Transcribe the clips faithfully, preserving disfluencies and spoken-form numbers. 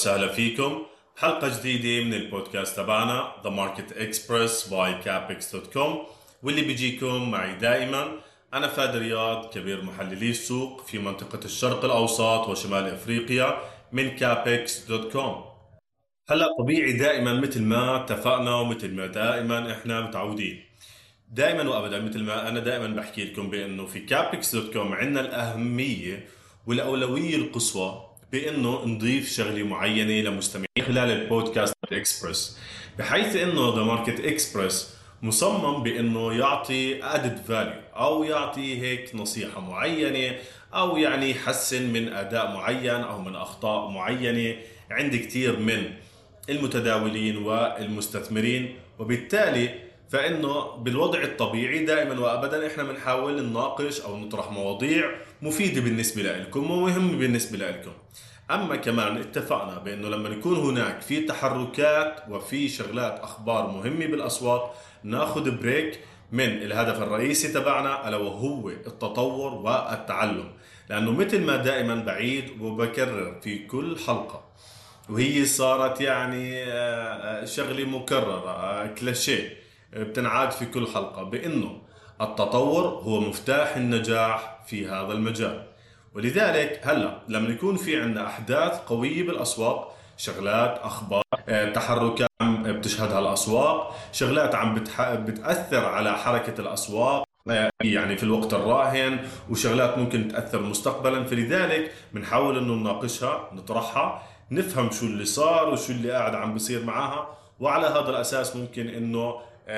وسهلا فيكم بحلقة جديدة من البودكاست تبعنا The Market Express by capex دوت كوم، واللي بيجيكم معي دائما أنا فادي رياض، كبير محللي السوق في منطقة الشرق الأوسط وشمال أفريقيا من capex دوت كوم. هلا طبيعي دائما مثل ما اتفقنا ومثل ما دائما احنا متعودين دائما وابدا، مثل ما انا دائما بحكي لكم بانه في capex دوت كوم عندنا الاهميه والاولويه القصوى بانه نضيف شغله معينه لمستمعين خلال البودكاست اكسبرس، بحيث انه ذا ماركت اكسبرس مصمم بانه يعطي ادد فاليو او يعطي هيك نصيحه معينه، او يعني يحسن من اداء معين او من اخطاء معينه عند كثير من المتداولين والمستثمرين. وبالتالي فإنه بالوضع الطبيعي دائما وأبدا إحنا بنحاول نناقش أو نطرح مواضيع مفيدة بالنسبة لكم ومهمة بالنسبة لكم. أما كمان اتفقنا بأنه لما يكون هناك في تحركات وفي شغلات أخبار مهمة بالأسواق ناخذ بريك من الهدف الرئيسي تبعنا، ألا وهو التطور والتعلم. لأنه مثل ما دائما بعيد وبكرر في كل حلقة، وهي صارت يعني شغلة مكررة كلاشيه بتنعاد في كل حلقة، بأنه التطور هو مفتاح النجاح في هذا المجال. ولذلك هلأ لما يكون في عندنا أحداث قوية بالأسواق، شغلات أخبار تحركات عم بتشهدها الأسواق، شغلات عم بتح... بتأثر على حركة الأسواق يعني في الوقت الراهن، وشغلات ممكن تأثر مستقبلا، فلذلك بنحاول انه نناقشها نطرحها نفهم شو اللي صار وشو اللي قاعد عم بيصير معاها، وعلى هذا الأساس ممكن انه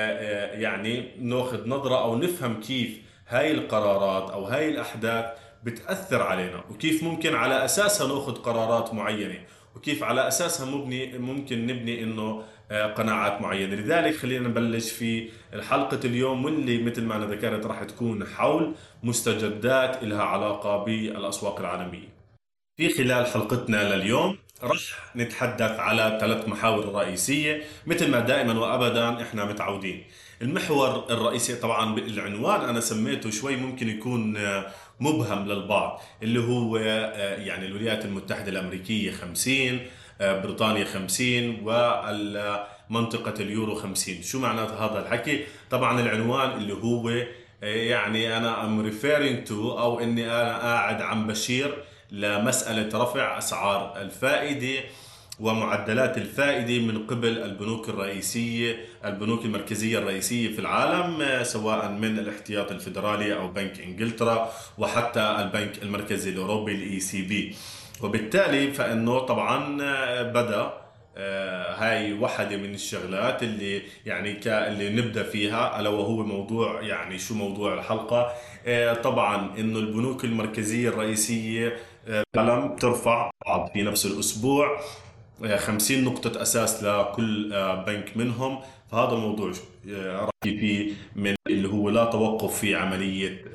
يعني ناخذ نظرة او نفهم كيف هاي القرارات او هاي الأحداث بتأثر علينا، وكيف ممكن على أساسها ناخذ قرارات معينة، وكيف على أساسها مبني ممكن نبني إنه قناعات معينة. لذلك خلينا نبلش في الحلقة اليوم، واللي مثل ما أنا ذكرت راح تكون حول مستجدات إلها علاقة بالأسواق العالمية. في خلال حلقتنا لليوم رح نتحدث على ثلاث محاور رئيسية مثل ما دائما وأبدا إحنا متعودين. المحور الرئيسي طبعا بالعنوان أنا سميته شوي ممكن يكون مبهم للبعض، اللي هو يعني الولايات المتحدة الأمريكية خمسين، بريطانيا خمسين، والمنطقة اليورو خمسين. شو معنات هذا الحكي؟ طبعا العنوان اللي هو يعني أنا I'm referring to أو إني أنا قاعد عم بشير لمسألة رفع أسعار الفائدة ومعدلات الفائدة من قبل البنوك الرئيسية البنوك المركزية الرئيسية في العالم، سواء من الاحتياط الفيدرالي أو بنك إنجلترا وحتى البنك المركزي الأوروبي الإي سي بي. وبالتالي فإنه طبعا بدأ هاي واحدة من الشغلات اللي يعني اللي نبدأ فيها، ألا وهو موضوع يعني شو موضوع الحلقة. طبعا إنه البنوك المركزية الرئيسية لم ترفع في نفس الأسبوع خمسين نقطة أساس لكل بنك منهم، فهذا الموضوع رأيي فيه من اللي هو لا توقف في عملية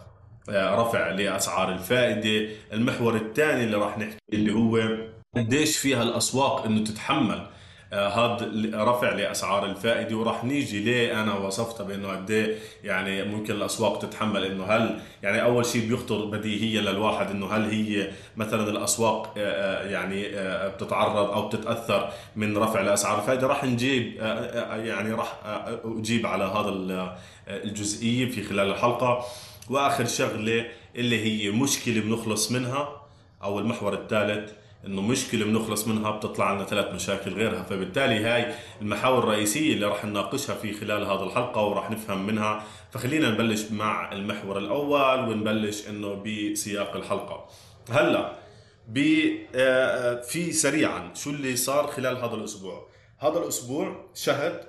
رفع لأسعار الفائدة. المحور الثاني اللي راح نحكي اللي هو قديش فيها الأسواق إنه تتحمل هذا رفع لأسعار الفائدة، وراح نيجي ليه أنا وصفتها بأنه قديه يعني ممكن الأسواق تتحمل. إنه هل يعني أول شيء بيخطر بديهيا للواحد إنه هل هي مثلا الأسواق يعني بتتعرض أو بتتأثر من رفع لأسعار الفائدة؟ راح نجيب يعني راح أجيب على هذا الجزئية في خلال الحلقة. وآخر شغلة اللي هي مشكلة بنخلص منها، أو المحور الثالث انه مشكله بنخلص منها بتطلع لنا ثلاث مشاكل غيرها. فبالتالي هاي المحاور الرئيسيه اللي راح نناقشها في خلال هذه الحلقه وراح نفهم منها. فخلينا نبلش مع المحور الاول ونبلش انه بسياق الحلقه. هلا في سريعا شو اللي صار خلال هذا الاسبوع. هذا الاسبوع شهد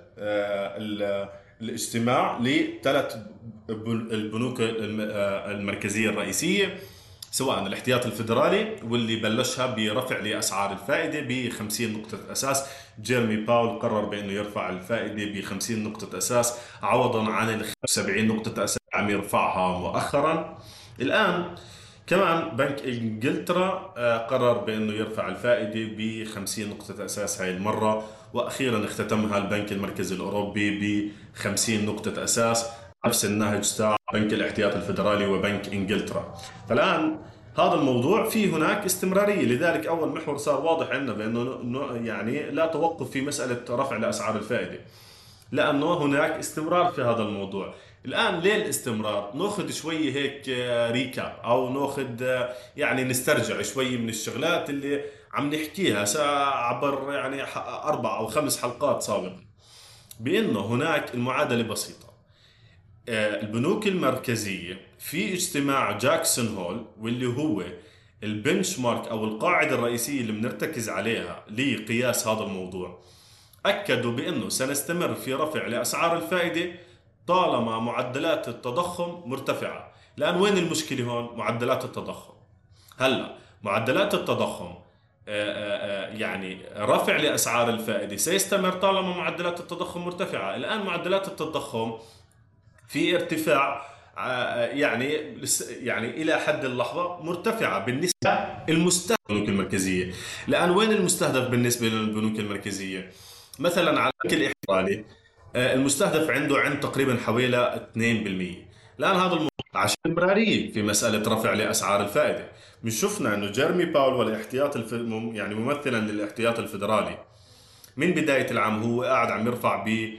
الاجتماع لثلاث البنوك المركزيه الرئيسيه، سواء الاحتياط الفيدرالي واللي بلشها برفع لأسعار الفائدة ب خمسين نقطة أساس. جيرمي باول قرر بأنه يرفع الفائدة ب خمسين نقطة أساس عوضا عن ال سبعين نقطة أساس عم يرفعها مؤخرا. الآن كمان بنك إنجلترا قرر بأنه يرفع الفائدة ب خمسين نقطة أساس هاي المرة، وأخيرا اختتمها البنك المركزي الأوروبي ب خمسين نقطة أساس، نفس النهج تاع بنك الاحتياط الفيدرالي وبنك إنجلترا. فالآن هذا الموضوع في هناك استمرارية. لذلك أول محور صار واضح عندنا بأنه يعني لا توقف في مسألة رفع لأسعار الفائدة، لأنه هناك استمرار في هذا الموضوع. الآن ليه الاستمرار؟ ناخذ شوي هيك ريكاب، أو ناخذ يعني نسترجع شوي من الشغلات اللي عم نحكيها عبر يعني أربع أو خمس حلقات سابقة، بأنه هناك المعادلة بسيطة. البنوك المركزية في اجتماع جاكسون هول، واللي هو البنش مارك أو القاعدة الرئيسية اللي بنرتكز عليها لقياس هذا الموضوع، أكدوا بأنه سنستمر في رفع لأسعار الفائدة طالما معدلات التضخم مرتفعة. لأن وين المشكلة هون؟ معدلات التضخم. هلا معدلات التضخم يعني رفع لأسعار الفائدة سيستمر طالما معدلات التضخم مرتفعة. الآن معدلات التضخم في ارتفاع يعني يعني إلى حد اللحظة مرتفعة بالنسبة للمستهدف البنوك المركزية. الآن وين المستهدف بالنسبة للبنوك المركزية؟ مثلا على البنك الاحتياطي المستهدف عنده عند تقريبا حوالي اثنين بالمئة. الآن هذا الموضوع عشان استمرارية في مسألة رفع لأسعار الفائدة. من شفنا أنه جيرمي باول والاحتياط الف... يعني ممثلا للاحتياط الفيدرالي من بداية العام هو قاعد عم يرفع ب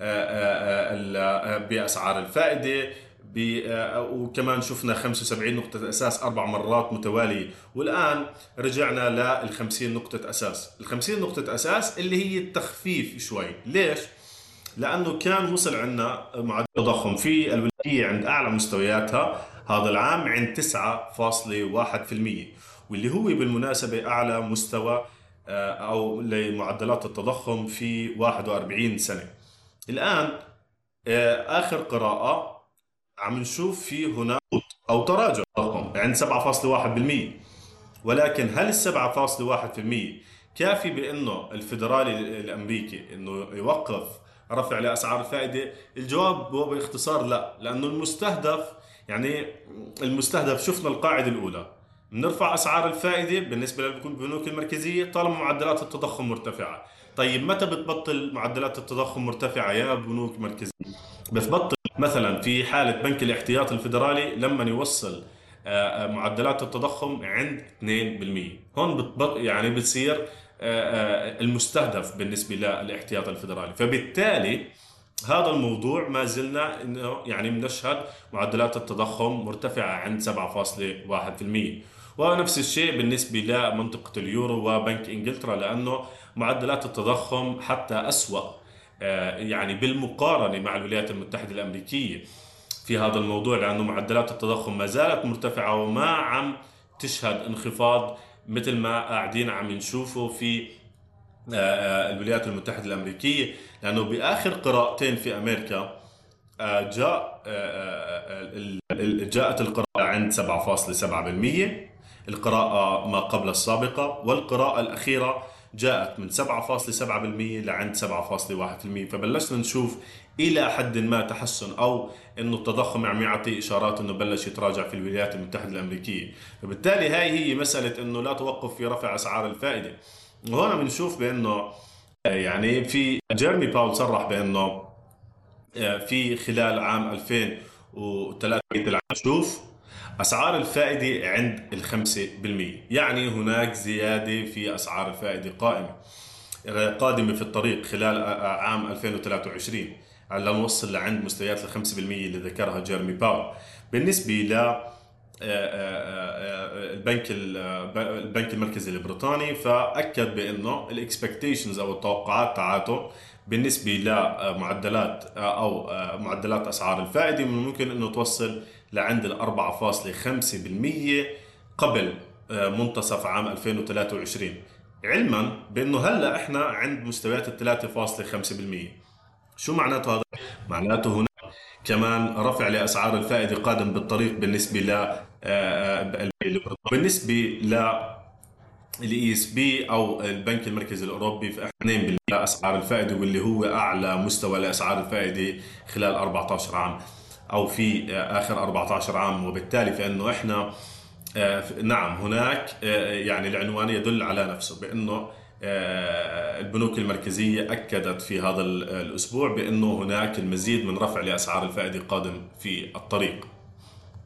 بأسعار الفائدة، وكمان شفنا خمسة وسبعين نقطة أساس أربع مرات متوالية، والآن رجعنا لل خمسين نقطة أساس. ال خمسين نقطة أساس اللي هي التخفيف شوي. ليش؟ لأنه كان وصل عندنا معدل التضخم في الولاية عند أعلى مستوياتها هذا العام عند تسعة فاصلة واحد بالمئة، واللي هو بالمناسبة أعلى مستوى أو لمعدلات التضخم في واحد وأربعين سنة. الآن آخر قراءة عم نشوف في هناك أو تراجع التضخم عند سبعة فاصلة واحد بالمئة، ولكن هل ال سبعة فاصلة واحد بالمئة كافي بأنه الفيدرالي الأمريكي أنه يوقف رفع لأسعار الفائدة؟ الجواب هو باختصار لا، لأنه المستهدف يعني المستهدف شفنا القاعدة الأولى، بنرفع أسعار الفائدة بالنسبة للبنوك المركزية طالما معدلات التضخم مرتفعة. طيب متى بتبطل معدلات التضخم مرتفعة يا بنوك مركزية؟ بتبطل مثلا في حالة بنك الاحتياط الفيدرالي لما يوصل معدلات التضخم عند اثنين بالمئة. هون بتبط يعني بتصير المستهدف بالنسبة للاحتياط الفيدرالي. فبالتالي هذا الموضوع ما زلنا انه يعني بنشهد معدلات التضخم مرتفعة عند سبعة فاصلة واحد بالمئة، ونفس الشيء بالنسبة لمنطقة اليورو وبنك انجلترا، لانه معدلات التضخم حتى أسوأ يعني بالمقارنة مع الولايات المتحدة الأمريكية في هذا الموضوع، لأنه معدلات التضخم ما زالت مرتفعة وما عم تشهد انخفاض مثل ما قاعدين عم نشوفه في الولايات المتحدة الأمريكية. لأنه بآخر قراءتين في أمريكا جاء جاءت القراءة عند سبعة فاصلة سبعة بالمئة، القراءة ما قبل السابقة، والقراءة الأخيرة جاءت من سبعة فاصلة سبعة بالمئة لعند سبعة فاصلة واحد بالمئة. فبلشنا نشوف إلى حد ما تحسن، أو إنه التضخم عم يعطي إشارات إنه بلش يتراجع في الولايات المتحدة الأمريكية. فبالتالي هاي هي مسألة إنه لا توقف في رفع أسعار الفائدة. وهنا بنشوف بأنه يعني في جيرمي باول صرح بأنه في خلال عام ألفين وثلاثة نشوف أسعار الفائدة عند الخمسة بالمئة، يعني هناك زيادة في أسعار الفائدة قائمة قادمة في الطريق خلال عام ألفين وثلاثة وعشرين على نوصل لعند مستويات الخمسة بالمئة اللي ذكرها جيرمي باول. بالنسبة ل البنك البنك المركزي البريطاني، فأكد بأنه الاكسبكتيشنز أو التوقعات تاعته بالنسبة لمعدلات أو معدلات أسعار الفائدة من ممكن أنه توصل لعند الأربعة فاصلة خمسة بالمئة قبل منتصف عام ألفين وثلاثة وعشرين، علما بأنه هلأ إحنا عند مستويات الثلاثة فاصلة خمسة بالمئة. شو معناته هذا؟ معناته هنا كمان رفع لأسعار الفائدة قادم بالطريق بالنسبة ل بالنسبة ل الاي اس بي او البنك المركزي الاوروبي في اثنين بالمئة اسعار الفائده، واللي هو اعلى مستوى لاسعار الفائده خلال أربعة عشر عام او في اخر أربعة عشر عام. وبالتالي فانه احنا نعم هناك يعني العنوان يدل على نفسه بانه البنوك المركزيه اكدت في هذا الاسبوع بانه هناك المزيد من رفع لاسعار الفائده قادم في الطريق.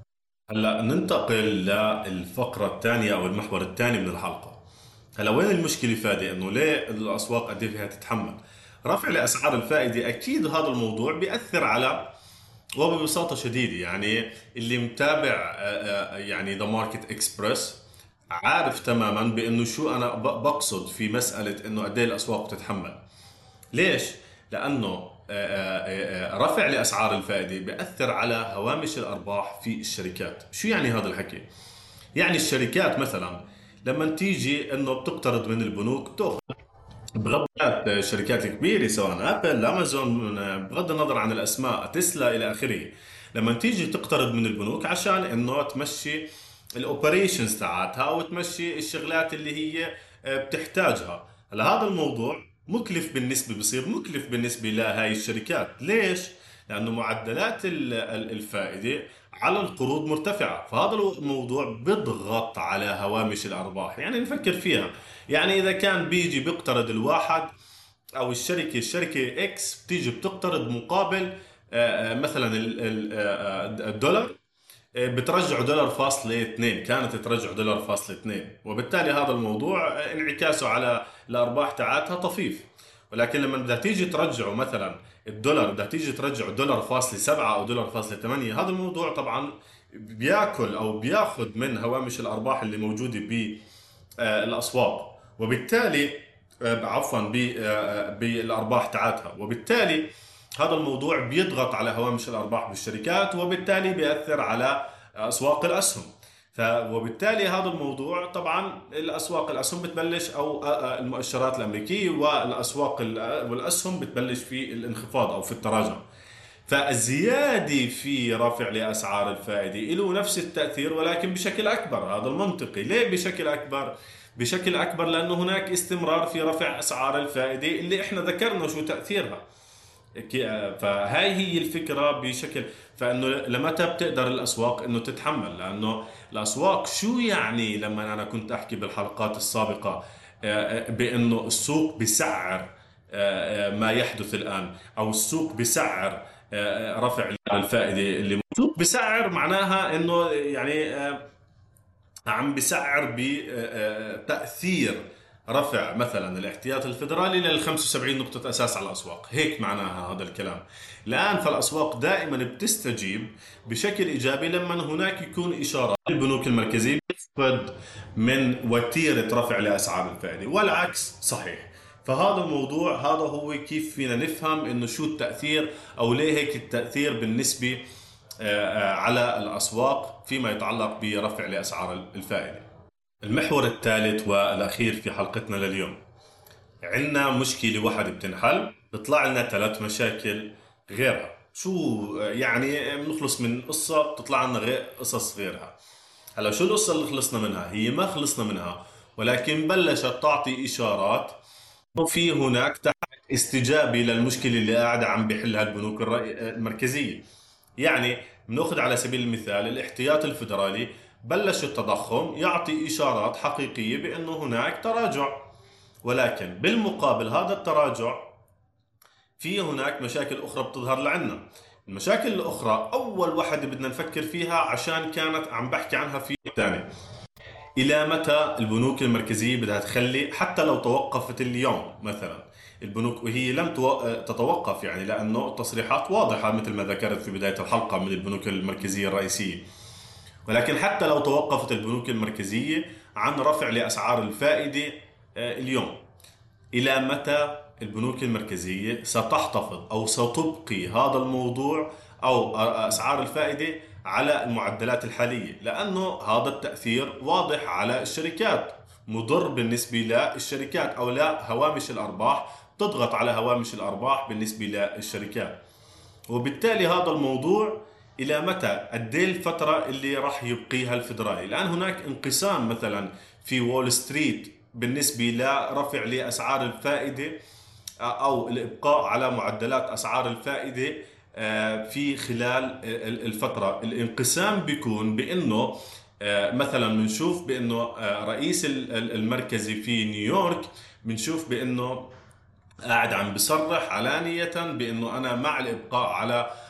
هلا ننتقل للفقرة الثانية أو المحور الثاني من الحلقة. هلا وين المشكلة فادي؟ إنه ليه الأسواق قد إيه فيها تتحمل؟ رفع لأسعار الفائدة أكيد هذا الموضوع بيأثر على، وببساطة شديدة يعني اللي متابع آه، آه، يعني ذا ماركت اكسبرس عارف تماما بانه شو انا ب- بقصد في مسألة انه قد ايه الاسواق بتتحمل. ليش؟ لانه آه، آه، آه، رفع لاسعار الفائدة بيأثر على هوامش الارباح في الشركات. شو يعني هذا الحكي؟ يعني الشركات مثلا لما تيجي انه بتقترض من البنوك بتاخذ، بغض النظر الشركات الكبيره سواء ابل امازون، بغض النظر عن الاسماء تسلا الى اخره، لما تيجي تقترض من البنوك عشان انه تمشي الاوبريشنز تاعتها او تمشي الشغلات اللي هي آه، بتحتاجها. هلا هذا الموضوع مكلف بالنسبه، بصير مكلف بالنسبه لهاي الشركات. ليش؟ لانه معدلات ال- ال- الفائده على القروض مرتفعه، فهذا الموضوع بيضغط على هوامش الارباح. يعني نفكر فيها، يعني اذا كان بيجي بيقترض الواحد او الشركه الشركه اكس بتيجي بتقترض مقابل آه، آه، مثلا ال- ال- آه، آه، الدولار، آه، بترجعوا دولار فاصلة اثنين، كانت ترجع دولار فاصلة اثنين، وبالتالي هذا الموضوع آه، انعكاسه على الارباح تاعتها طفيف. ولكن لما بدها تيجي ترجعوا مثلا الدولار، بدها تيجي ترجعوا دولار فاصلة سبعة او دولار فاصلة ثمانية، هذا الموضوع طبعا بياكل او بياخذ من هوامش الارباح اللي موجوده بالاسواق، وبالتالي آه، عفوا ب- آه، بالارباح تاعتها، وبالتالي هذا الموضوع بيضغط على هوامش الارباح بالشركات، وبالتالي بيأثر على اسواق الاسهم. ف وبالتالي هذا الموضوع طبعا الاسواق الاسهم بتبلش او آه، آه، المؤشرات الامريكيه والاسواق ال- والاسهم بتبلش في الانخفاض او في التراجع. فالزيادة في رفع لأسعار الفائدة له نفس التأثير ولكن بشكل أكبر. هذا المنطقي. ليه بشكل أكبر؟ بشكل أكبر لأنه هناك استمرار في رفع أسعار الفائدة اللي إحنا ذكرنا شو تأثيرها. كي- فهاي هي الفكرة بشكل. فإنه لمتى بتقدر الأسواق إنه تتحمل؟ لأنه الأسواق شو يعني لما أنا كنت أحكي بالحلقات السابقة آه، آه، بأنه السوق بسعر آه، آه، ما يحدث الآن، أو السوق بسعر آه، آه، رفع الفائدة اللي السوق بسعر معناها إنه يعني آه، عم بسعر بتأثير رفع مثلا الاحتياط الفيدرالي لل خمسة وسبعين نقطة أساس على الأسواق. هيك معناها هذا الكلام. الآن فالأسواق دائما بتستجيب بشكل إيجابي لما هناك يكون إشارة البنوك المركزية بتفقد من وتيرة رفع لأسعار الفائدة، والعكس صحيح. فهذا الموضوع هذا هو كيف فينا نفهم انه شو التأثير او ليه هيك التأثير بالنسبة آه، آه، على الأسواق فيما يتعلق برفع لأسعار الفائدة. المحور الثالث والأخير في حلقتنا لليوم، عندنا مشكلة واحدة بتنحل بيطلع لنا ثلاث مشاكل غيرها. شو آه، يعني بنخلص من قصة بتطلع لنا غير قصص غيرها. هلا شو القصة اللي خلصنا منها؟ هي ما خلصنا منها، ولكن بلشت تعطي إشارات وفي هناك تحت استجابة للمشكلة اللي قاعدة عم بيحلها البنوك الرأي- المركزية. يعني بناخذ على سبيل المثال الاحتياط الفيدرالي، بلش التضخم يعطي إشارات حقيقية بأنه هناك تراجع، ولكن بالمقابل هذا التراجع في هناك مشاكل أخرى بتظهر لعنا. المشاكل الأخرى أول واحدة بدنا نفكر فيها عشان كانت عم بحكي عنها في الثاني، إلى متى البنوك المركزية بدها تخلي حتى لو توقفت اليوم مثلا البنوك، وهي لم تو- تتوقف يعني لأنه التصريحات واضحة مثل ما ذكرت في بداية الحلقة من البنوك المركزية الرئيسية، ولكن حتى لو توقفت البنوك المركزية عن رفع لأسعار الفائدة آه، اليوم، إلى متى البنوك المركزية ستحتفظ أو ستبقي هذا الموضوع أو أسعار الفائدة على المعدلات الحالية؟ لأنه هذا التأثير واضح على الشركات، مضر بالنسبة للشركات أو لا هوامش الأرباح، تضغط على هوامش الأرباح بالنسبة للشركات. وبالتالي هذا الموضوع إلى متى؟ قد ايه الفترة اللي راح يبقيها الفدرالي؟ الآن هناك انقسام مثلا في وول ستريت بالنسبة لرفع لأسعار الفائدة أو الإبقاء على معدلات أسعار الفائدة آه، في خلال الفترة. الانقسام بيكون بأنه آه، مثلا بنشوف بأنه آه، رئيس المركزي في نيويورك بنشوف بأنه قاعد عم بصرح علانية بانه انا مع الابقاء على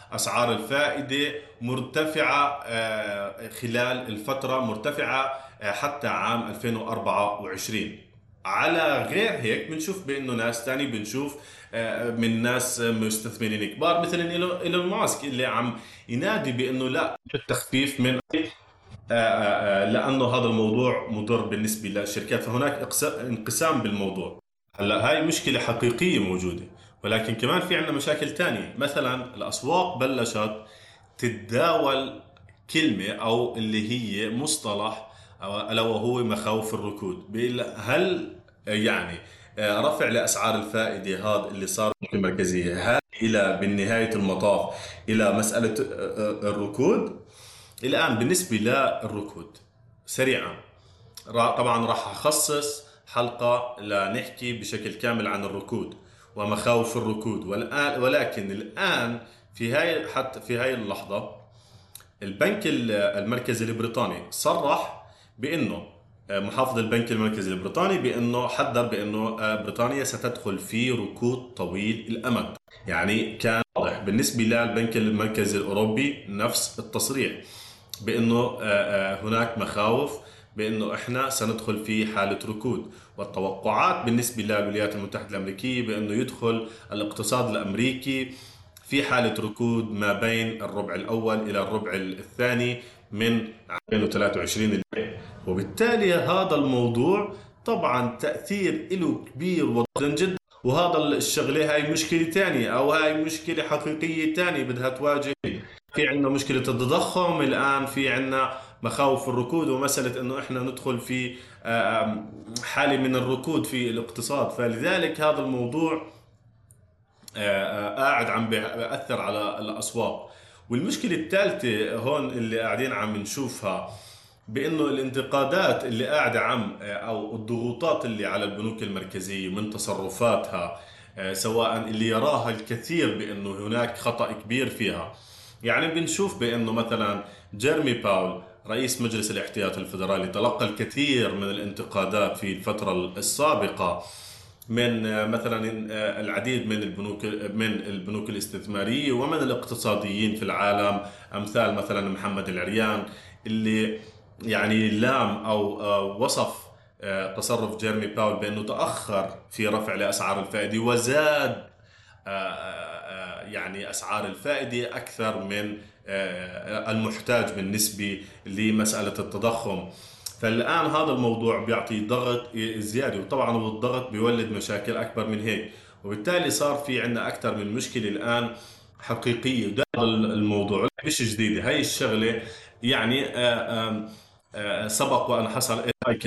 أسعار الفائدة مرتفعة خلال الفترة، مرتفعة حتى عام ألفين وأربعة وعشرين. على غير هيك بنشوف بأنه ناس تاني، بنشوف من ناس مستثمرين كبار مثل إيلون ماسك اللي عم ينادي بأنه لا التخفيف من لأنه هذا الموضوع مضر بالنسبة للشركات، فهناك انقسام بالموضوع. هلا هاي مشكلة حقيقية موجودة، ولكن كمان في عندنا مشاكل تانية. مثلا الأسواق بلشت تتداول كلمة أو اللي هي مصطلح ألا وهو مخاوف الركود. هل يعني رفع لأسعار الفائدة هذا اللي صار في المركزية هل إلى بالنهاية المطاف إلى مسألة الركود؟ الآن بالنسبة للركود سريعا، طبعا راح أخصص حلقة لنحكي بشكل كامل عن الركود ومخاوف الركود. ولكن الآن في هاي حتى في هاي اللحظة البنك المركزي البريطاني صرح بأنه محافظ البنك المركزي البريطاني بأنه حذر بأنه بريطانيا ستدخل في ركود طويل الأمد. يعني كان واضح بالنسبة للبنك المركزي الأوروبي نفس التصريح بأنه هناك مخاوف بأنه إحنا سندخل في حالة ركود، والتوقعات بالنسبة للولايات المتحدة الأمريكية بأنه يدخل الاقتصاد الأمريكي في حالة ركود ما بين الربع الأول إلى الربع الثاني من ألفين وثلاثة وعشرين. وبالتالي هذا الموضوع طبعا تأثير له كبير جدا، وهذا الشغلة هاي مشكلة تانية أو هاي مشكلة حقيقية تانية بدها تواجه. في عندنا مشكلة التضخم، الآن في عندنا مخاوف الركود ومسألة أنه إحنا ندخل في حالة من الركود في الاقتصاد. فلذلك هذا الموضوع قاعد عم بيأثر على الأسواق. والمشكلة الثالثة هون اللي قاعدين عم نشوفها بأنه الانتقادات اللي قاعدة عم أو الضغوطات اللي على البنوك المركزية من تصرفاتها، سواء اللي يراها الكثير بأنه هناك خطأ كبير فيها. يعني بنشوف بأنه مثلا جيرمي باول رئيس مجلس الاحتياط الفيدرالي تلقى الكثير من الانتقادات في الفترة السابقة من مثلا العديد من البنوك من البنوك الاستثمارية ومن الاقتصاديين في العالم، أمثال مثلا محمد العريان اللي يعني لام أو وصف تصرف جيرمي باول بأنه تأخر في رفع لأسعار الفائدة وزاد يعني أسعار الفائدة أكثر من المحتاج بالنسبة لمسألة التضخم. فالآن هذا الموضوع بيعطي ضغط زيادة، وطبعا الضغط بيولد مشاكل أكبر من هيك، وبالتالي صار في عندنا أكثر من مشكلة الآن حقيقية. وده الموضوع مش جديدة، هاي الشغلة يعني آآ آآ سبق وأن حصل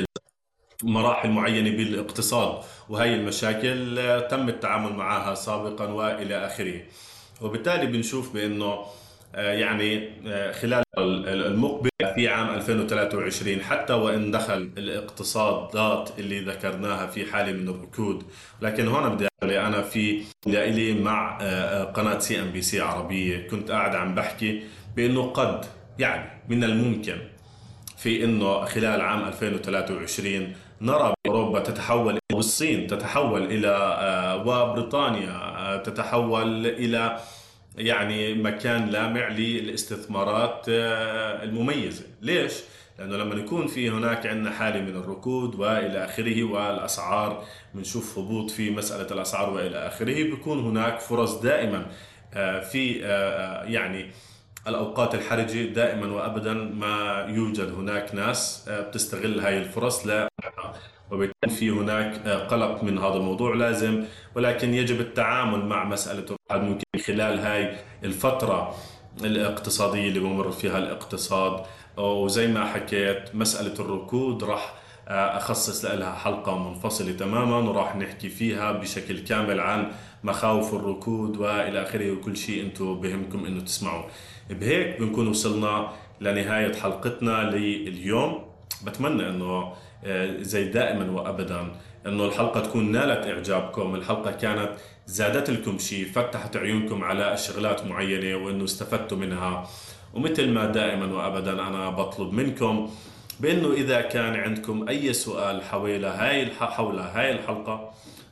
مراحل معينة بالاقتصاد، وهي المشاكل تم التعامل معها سابقا وإلى آخره. وبالتالي بنشوف بأنه يعني خلال المقبل في عام ألفين وثلاثة وعشرين حتى وإن دخل الاقتصادات اللي ذكرناها في حالة من الركود، لكن هون بدي أقول أنا في لي مع قناة سي أم بي سي عربية كنت قاعد عم بحكي بأنه قد يعني من الممكن في أنه خلال عام ألفين وثلاثة وعشرين نرى أوروبا تتحول والصين تتحول إلى وبريطانيا تتحول إلى يعني مكان لامع للاستثمارات المميزة. ليش؟ لأنه لما يكون في هناك عندنا حالة من الركود وإلى آخره والأسعار بنشوف هبوط في مسألة الأسعار وإلى آخره، بيكون هناك فرص دائما في يعني الأوقات الحرجة دائما وأبدا ما يوجد هناك ناس بتستغل هاي الفرص، لا وبالتالي في هناك قلق من هذا الموضوع لازم، ولكن يجب التعامل مع مسألة ممكن خلال هاي الفترة الاقتصادية اللي بمر فيها الاقتصاد. وزي ما حكيت مسألة الركود راح أخصص لها حلقة منفصلة تماما وراح نحكي فيها بشكل كامل عن مخاوف الركود وإلى آخره، وكل شيء أنتم بهمكم أنه تسمعوا. بهيك بنكون وصلنا لنهاية حلقتنا لليوم. بتمنى أنه زي دائما وأبدا أنه الحلقة تكون نالت إعجابكم، الحلقة كانت زادت لكم شيء، فتحت عيونكم على الشغلات معينة وأنه استفدتوا منها. ومثل ما دائما وأبدا أنا بطلب منكم بأنه إذا كان عندكم أي سؤال حول هاي حول هاي الحلقة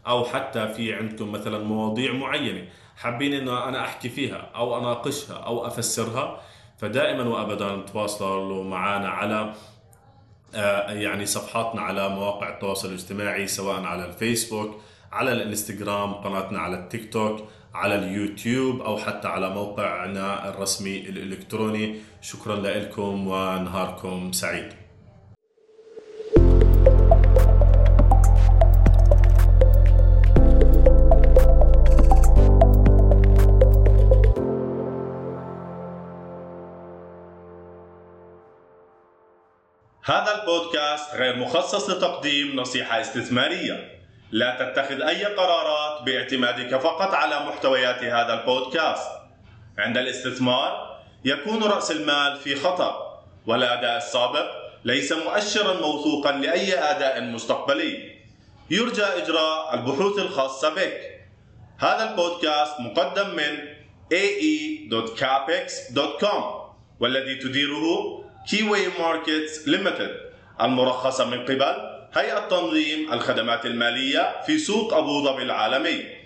أو حتى في عندكم مثلا مواضيع معينة حابين إنه أنا أحكي فيها أو أناقشها أو أفسرها، فدائما وأبدا تواصلوا معنا على آه، يعني صفحاتنا على مواقع التواصل الاجتماعي، سواء على الفيسبوك، على الانستغرام، قناتنا على التيك توك، على اليوتيوب، أو حتى على موقعنا الرسمي الإلكتروني. شكرا لكم ونهاركم سعيد. هذا البودكاست غير مخصص لتقديم نصيحة استثمارية. لا تتخذ أي قرارات باعتمادك فقط على محتويات هذا البودكاست. عند الاستثمار يكون رأس المال في خطر، والأداء السابق ليس مؤشرا موثوقا لأي أداء مستقبلي. يرجى إجراء البحوث الخاصة بك. هذا البودكاست مقدم من إيه إي دوت كابكس دوت كوم، والذي تديره كيوي ماركتس ليميتد، المرخصة من قبل هيئة تنظيم الخدمات المالية في سوق أبو ظبي العالمي.